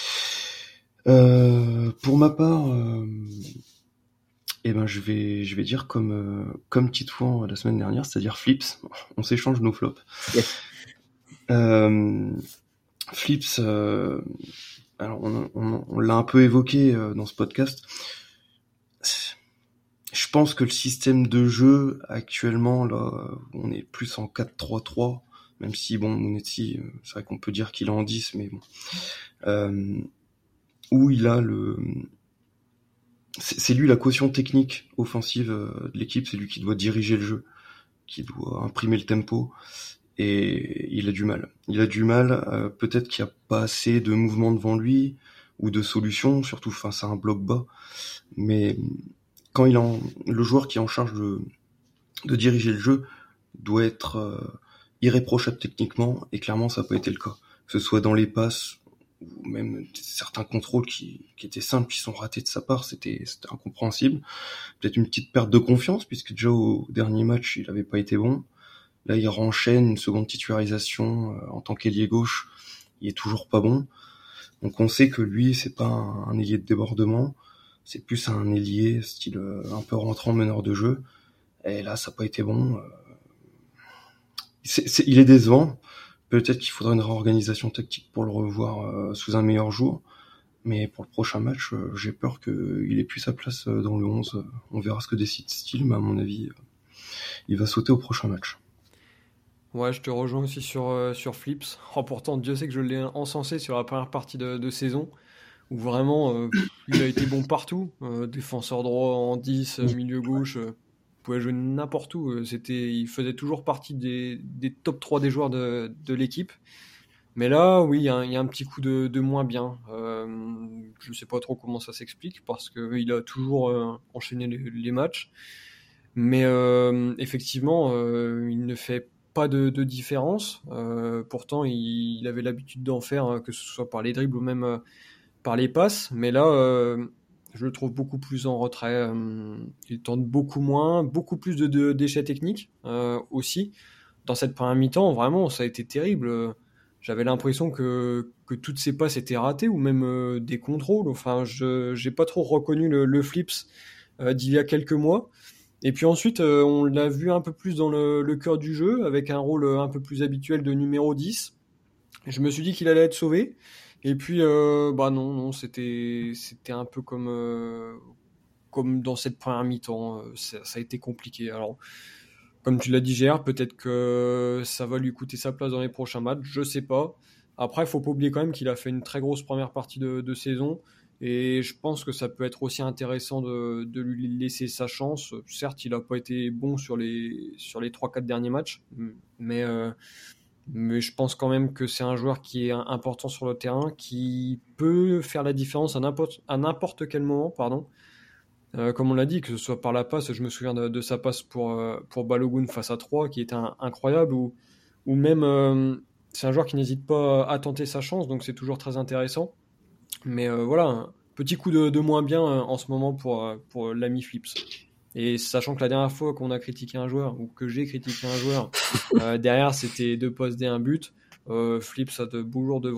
Euh, pour ma part, euh, eh ben je vais je vais dire comme euh, comme Titouan la semaine dernière, c'est-à-dire Flips. On s'échange nos flops. Yes. Euh, Flips, euh, alors on, on, on l'a un peu évoqué euh, dans ce podcast. Je pense que le système de jeu actuellement, là, on est plus en quatre trois trois, même si bon, Monetti, c'est vrai qu'on peut dire qu'il est en dix, mais bon. Euh, où il a le, c'est, c'est lui la quotient technique offensive de l'équipe, c'est lui qui doit diriger le jeu, qui doit imprimer le tempo, et il a du mal. Il a du mal, euh, peut-être qu'il n'y a pas assez de mouvement devant lui, ou de solutions, surtout face à un bloc bas, mais quand il en, le joueur qui est en charge de, de diriger le jeu doit être euh, irréprochable techniquement, et clairement ça n'a pas été le cas. Que ce soit dans les passes, ou même certains contrôles qui, qui étaient simples, qui sont ratés de sa part, c'était, c'était incompréhensible. Peut-être une petite perte de confiance, puisque déjà au dernier match, il n'avait pas été bon. Là, il renchaîne une seconde titularisation euh, en tant qu'ailier gauche, il est toujours pas bon. Donc on sait que lui, c'est pas un, un ailier de débordement, c'est plus un ailier style euh, un peu rentrant meneur de jeu. Et là, ça n'a pas été bon. Euh, c'est, c'est, il est décevant. Peut-être qu'il faudra une réorganisation tactique pour le revoir euh, sous un meilleur jour. Mais pour le prochain match, euh, j'ai peur qu'il ait plus sa place euh, dans le onze. On verra ce que décide Steele, mais à mon avis, euh, il va sauter au prochain match. Ouais, je te rejoins aussi sur, euh, sur Flips. Oh, pourtant, Dieu sait que je l'ai encensé sur la première partie de, de saison, où vraiment, euh, il a été bon partout. Euh, défenseur droit en dix, milieu gauche, euh, il pouvait jouer n'importe où. Euh, c'était, il faisait toujours partie des, des top trois des joueurs de, de l'équipe. Mais là, oui, il y, y a un petit coup de, de moins bien. Euh, je ne sais pas trop comment ça s'explique, parce qu'il a toujours euh, enchaîné les, les matchs. Mais euh, effectivement, euh, il ne fait pas de, de différence. Euh, pourtant, il, il avait l'habitude d'en faire, que ce soit par les dribbles ou même euh, par les passes. Mais là, euh, je le trouve beaucoup plus en retrait. Euh, il tente beaucoup moins, beaucoup plus de, de déchets techniques euh, aussi. Dans cette première mi-temps, vraiment, ça a été terrible. J'avais l'impression que, que toutes ces passes étaient ratées, ou même euh, des contrôles. Enfin, je j'ai pas trop reconnu le, le Flips euh, d'il y a quelques mois. Et puis ensuite, euh, on l'a vu un peu plus dans le, le cœur du jeu, avec un rôle un peu plus habituel de numéro dix. Je me suis dit qu'il allait être sauvé. Et puis, euh, bah non, non, c'était, c'était un peu comme, euh, comme dans cette première mi-temps. Ça, ça a été compliqué. Alors, comme tu l'as dit, Gérard, peut-être que ça va lui coûter sa place dans les prochains matchs, je sais pas. Après, il faut pas oublier quand même qu'il a fait une très grosse première partie de, de saison, et je pense que ça peut être aussi intéressant de, de lui laisser sa chance. Certes, il n'a pas été bon sur les, sur les trois quatre derniers matchs, mais, euh, mais je pense quand même que c'est un joueur qui est important sur le terrain, qui peut faire la différence à n'importe, à n'importe quel moment, pardon. Euh, comme on l'a dit, que ce soit par la passe, je me souviens de, de sa passe pour, euh, pour Balogun face à trois, qui était un, incroyable, ou, ou même, euh, c'est un joueur qui n'hésite pas à tenter sa chance, donc c'est toujours très intéressant. Mais euh, voilà, un petit coup de, de moins bien euh, en ce moment pour, pour l'ami Flips. Et sachant que la dernière fois qu'on a critiqué un joueur, ou que j'ai critiqué un joueur, euh, derrière c'était deux passes D, un but, euh, Flips a de beaux jours devant lui.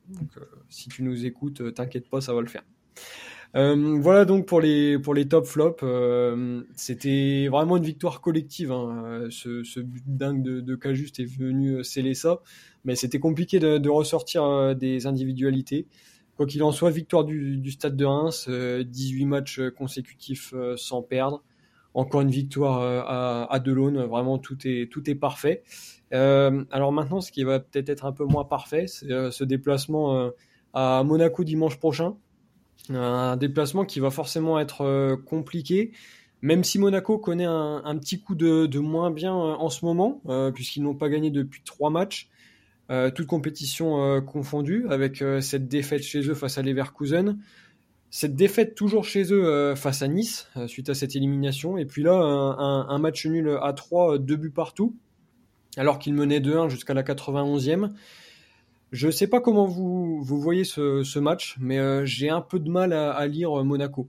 Donc, euh, si tu nous écoutes, euh, t'inquiète pas, ça va le faire. Euh, voilà donc pour les pour les top flops. Euh, c'était vraiment une victoire collective. Hein. Ce, ce but dingue de, de Cajuste est venu sceller ça, mais c'était compliqué de, de ressortir euh, des individualités. Quoi qu'il en soit, victoire du, du Stade de Reims, euh, dix-huit matchs consécutifs euh, sans perdre. Encore une victoire euh, à, à Delaune. Vraiment tout est tout est parfait. Euh, alors maintenant, ce qui va peut-être être un peu moins parfait, c'est euh, ce déplacement euh, à Monaco dimanche prochain. Un déplacement qui va forcément être euh, compliqué, même si Monaco connaît un, un petit coup de, de moins bien euh, en ce moment, euh, puisqu'ils n'ont pas gagné depuis trois matchs, euh, toutes compétitions euh, confondues, avec euh, cette défaite chez eux face à Leverkusen, cette défaite toujours chez eux euh, face à Nice, euh, suite à cette élimination, et puis là, un, un, un match nul à trois, deux buts partout, alors qu'ils menaient deux un jusqu'à la quatre-vingt-onzième. Je ne sais pas comment vous, vous voyez ce, ce match, mais euh, j'ai un peu de mal à, à lire Monaco.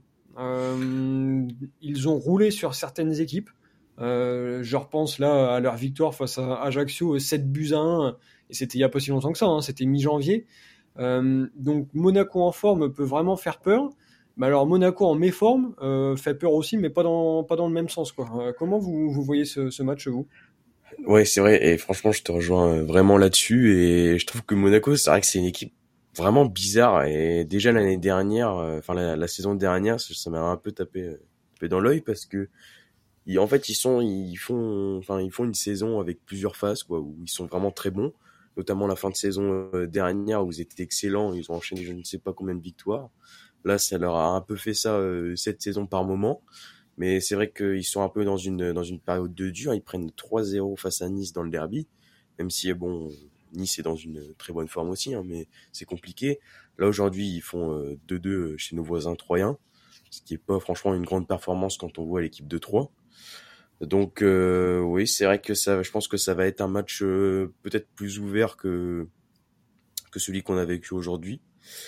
Euh, ils ont roulé sur certaines équipes. Euh, je repense là à leur victoire face à Ajaccio, sept buts à un, et c'était il n'y a pas si longtemps que ça, hein, c'était mi-janvier. Euh, donc Monaco en forme peut vraiment faire peur. Mais alors Monaco en méforme euh, fait peur aussi, mais pas dans, pas dans le même sens, quoi. Euh, comment vous, vous voyez ce, ce match, vous ? Ouais, c'est vrai, et franchement, je te rejoins vraiment là-dessus, et je trouve que Monaco, c'est vrai que c'est une équipe vraiment bizarre, et déjà l'année dernière, euh, enfin la, la saison dernière, ça, ça m'a un peu tapé, euh, tapé dans l'œil, parce que ils, en fait, ils sont, ils font, enfin, ils font une saison avec plusieurs phases, quoi, où ils sont vraiment très bons, notamment la fin de saison euh, dernière où ils étaient excellents, ils ont enchaîné je ne sais pas combien de victoires. Là, ça leur a un peu fait ça euh, cette saison par moment. Mais c'est vrai qu'ils sont un peu dans une dans une période de dur. Ils prennent trois zéro face à Nice dans le derby, même si bon, Nice est dans une très bonne forme aussi, hein, mais c'est compliqué. Là aujourd'hui, ils font euh, deux deux chez nos voisins troyens, ce qui est pas franchement une grande performance quand on voit l'équipe de Troyes. Donc euh, oui, c'est vrai que ça, je pense que ça va être un match euh, peut-être plus ouvert que que celui qu'on a vécu aujourd'hui.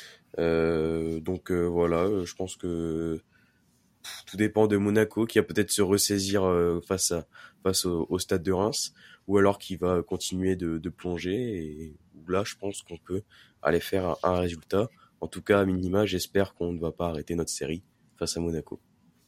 Euh, donc euh, voilà, je pense que tout dépend de Monaco qui va peut-être se ressaisir euh, face à face au, au Stade de Reims, ou alors qui va continuer de, de plonger, et là je pense qu'on peut aller faire un, un résultat. En tout cas, à minima, j'espère qu'on ne va pas arrêter notre série face à Monaco.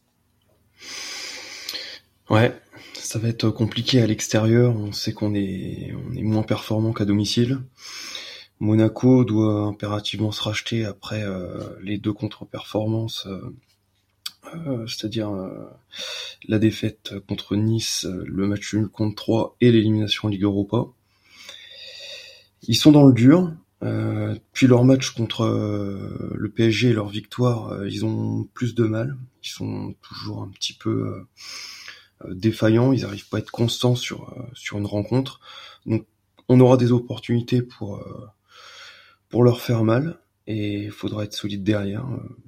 Ouais, ça va être compliqué à l'extérieur. On sait qu'on est on est moins performant qu'à domicile. Monaco doit impérativement se racheter après euh, les deux contre-performances. Euh, Euh, c'est-à-dire euh, la défaite contre Nice, euh, le match nul contre Troyes et l'élimination en Ligue Europa. Ils sont dans le dur. Euh, puis leur match contre euh, le P S G et leur victoire, euh, ils ont plus de mal. Ils sont toujours un petit peu euh, défaillants. Ils n'arrivent pas à être constants sur euh, sur une rencontre. Donc on aura des opportunités pour euh, pour leur faire mal, et il faudra être solide derrière.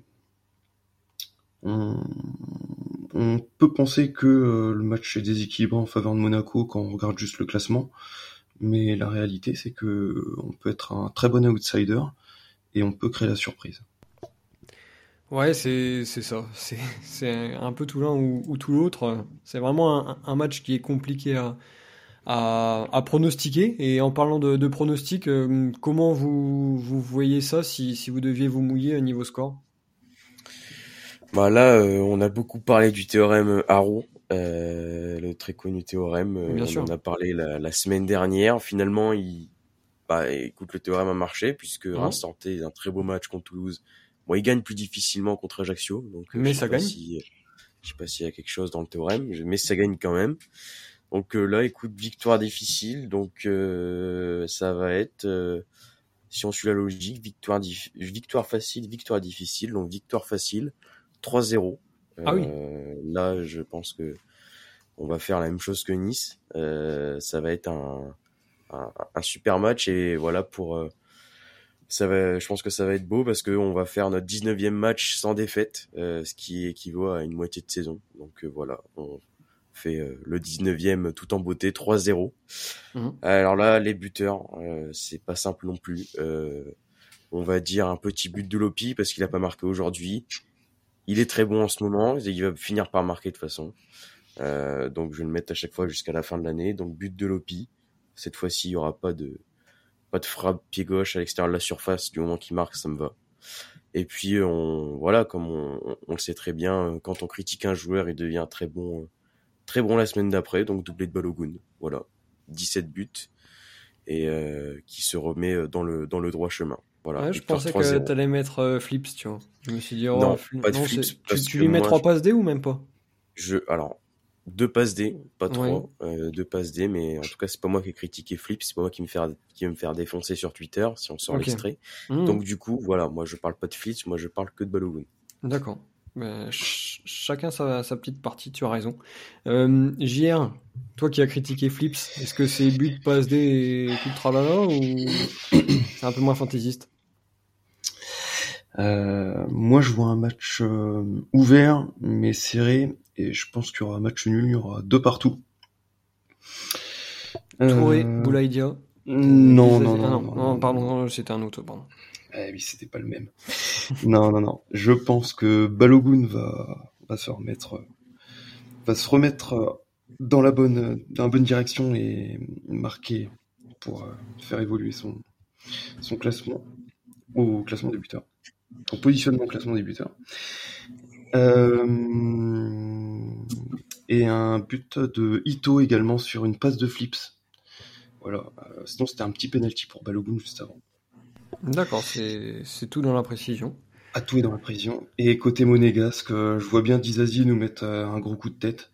On, on peut penser que euh, le match est déséquilibré en faveur de Monaco quand on regarde juste le classement, mais la réalité c'est que euh, on peut être un très bon outsider et on peut créer la surprise. Ouais, c'est c'est ça. C'est c'est un peu tout l'un ou, ou tout l'autre. C'est vraiment un, un match qui est compliqué à, à, à pronostiquer. Et en parlant de, de pronostic, euh, comment vous, vous voyez ça si, si vous deviez vous mouiller au niveau score? Bah là, euh, on a beaucoup parlé du théorème Haro, euh, le très connu théorème. Euh, Bien on sûr. en a parlé la, la semaine dernière. Finalement, il, bah, écoute, le théorème a marché puisque Hein. Reims sortait un très beau match contre Toulouse. Bon, il gagne plus difficilement contre Ajaccio, donc euh, Mais je sais ça pas gagne. si, je sais pas s'il y a quelque chose dans le théorème, mais ça gagne quand même. Donc euh, là, écoute, victoire difficile, donc euh, ça va être, euh, si on suit la logique, victoire dif- victoire facile, victoire difficile, donc victoire facile, trois zéro. Ah oui. Euh, là, je pense que on va faire la même chose que Nice. Euh, ça va être un, un, un super match, et voilà pour euh, ça va, je pense que ça va être beau parce que on va faire notre dix-neuvième match sans défaite, euh, ce qui équivaut à une moitié de saison. Donc euh, voilà, on fait euh, le dix-neuvième tout en beauté, trois zéro. Mhm. Alors là, les buteurs, euh, c'est pas simple non plus. Euh, on va dire un petit but de Lopi parce qu'il a pas marqué aujourd'hui. Il est très bon en ce moment, et il va finir par marquer de toute façon. Euh, donc je vais le mettre à chaque fois jusqu'à la fin de l'année. Donc but de Lopi. Cette fois-ci, il y aura pas de pas de frappe pied gauche à l'extérieur de la surface, du moment qu'il marque, ça me va. Et puis, on, voilà, comme on, on le sait très bien, quand on critique un joueur, il devient très bon, très bon la semaine d'après, donc doublé de Balogun. Voilà, dix-sept buts, et euh, qui se remet dans le, dans le droit chemin. Voilà, ouais, je pensais que t'allais mettre euh, Flips, tu vois. Je me suis dit, oh, non, Fl- pas de non, Flips, tu, tu lui mets moi, trois je... passes D ou même pas? Je, alors, deux passes D, pas ouais. trois, euh, deux passes D, mais en tout cas, c'est pas moi qui ai critiqué Flips, c'est pas moi qui me faire, qui va me faire défoncer sur Twitter, si on sort okay. l'extrait. Mmh. Donc, du coup, voilà, moi, je parle pas de Flips, moi, je parle que de Balogun. D'accord. Ben, ch- chacun sa, sa petite partie, tu as raison. Euh, J R, toi qui as critiqué Flips, est-ce que c'est but, passe D et tout le tralala ou c'est un peu moins fantaisiste? euh, Moi, je vois un match euh, ouvert mais serré et je pense qu'il y aura un match nul, il y aura deux partout. Touré, euh... Boulaïdia. Non, non, non, ah, non, non, non, pardon, non, c'était un autre, pardon. Eh oui, c'était pas le même. non, non, non. Je pense que Balogun va, va se remettre, va se remettre dans la bonne, dans la bonne direction et marquer pour faire évoluer son, son classement au classement des buteurs, au positionnement au classement des buteurs. Euh, et un but de Ito également sur une passe de Flips. Voilà. Euh, sinon, c'était un petit penalty pour Balogun juste avant. D'accord, c'est, c'est tout dans la précision. À tout est dans la précision. Et côté monégasque, je vois bien Dizazi nous mettre un gros coup de tête.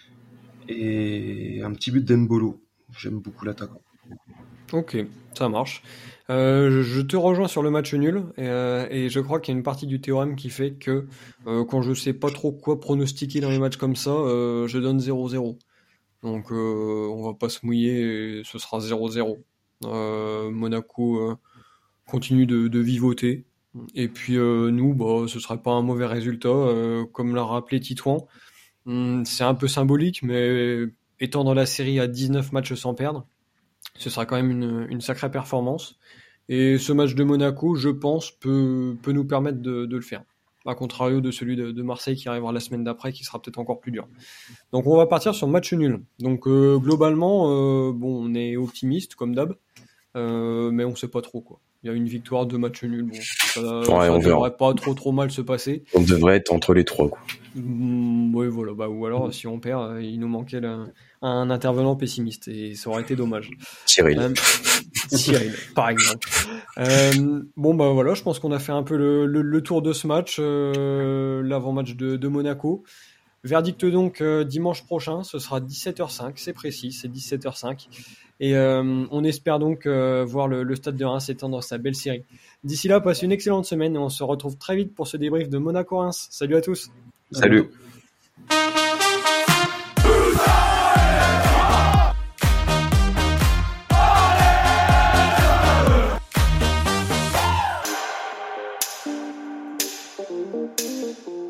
Et un petit but d'Embolo. J'aime beaucoup l'attaquant. Ok, ça marche. Euh, je te rejoins sur le match nul. Et, euh, et je crois qu'il y a une partie du théorème qui fait que euh, quand je sais pas trop quoi pronostiquer dans les matchs comme ça, euh, je donne zéro zéro. Donc euh, on va pas se mouiller et ce sera zéro zéro. Euh, Monaco... Euh, continue de, de vivoter. Et puis euh, nous, bah, ce serait pas un mauvais résultat, euh, comme l'a rappelé Titouan. Hum, c'est un peu symbolique, mais étendre la série à dix-neuf matchs sans perdre, ce sera quand même une, une sacrée performance. Et ce match de Monaco, je pense, peut, peut nous permettre de, de le faire. À contrario de celui de, de Marseille qui arrivera la semaine d'après, qui sera peut-être encore plus dur. Donc on va partir sur match nul. Donc euh, globalement, euh, bon, on est optimiste comme d'hab, euh, mais on sait pas trop quoi. Il y a une victoire, deux matchs nuls. Bon, ça, ouais, ça on devrait verra. Pas trop trop mal se passer. On devrait être entre les trois, quoi. Mmh, oui, voilà. Bah, ou alors, mmh. si on perd, il nous manquait là, un intervenant pessimiste et ça aurait été dommage. Cyril. Euh, Cyril, par exemple. Euh, bon, bah voilà, je pense qu'on a fait un peu le, le, le tour de ce match, euh, l'avant-match de, de Monaco. Verdict donc euh, dimanche prochain, ce sera dix-sept heures cinq, c'est précis, c'est dix-sept heures cinq. Et euh, on espère donc euh, voir le, le Stade de Reims s'étendre sa belle série. D'ici là, passez une excellente semaine et on se retrouve très vite pour ce débrief de Monaco-Reims. Salut à tous. Salut. Salut.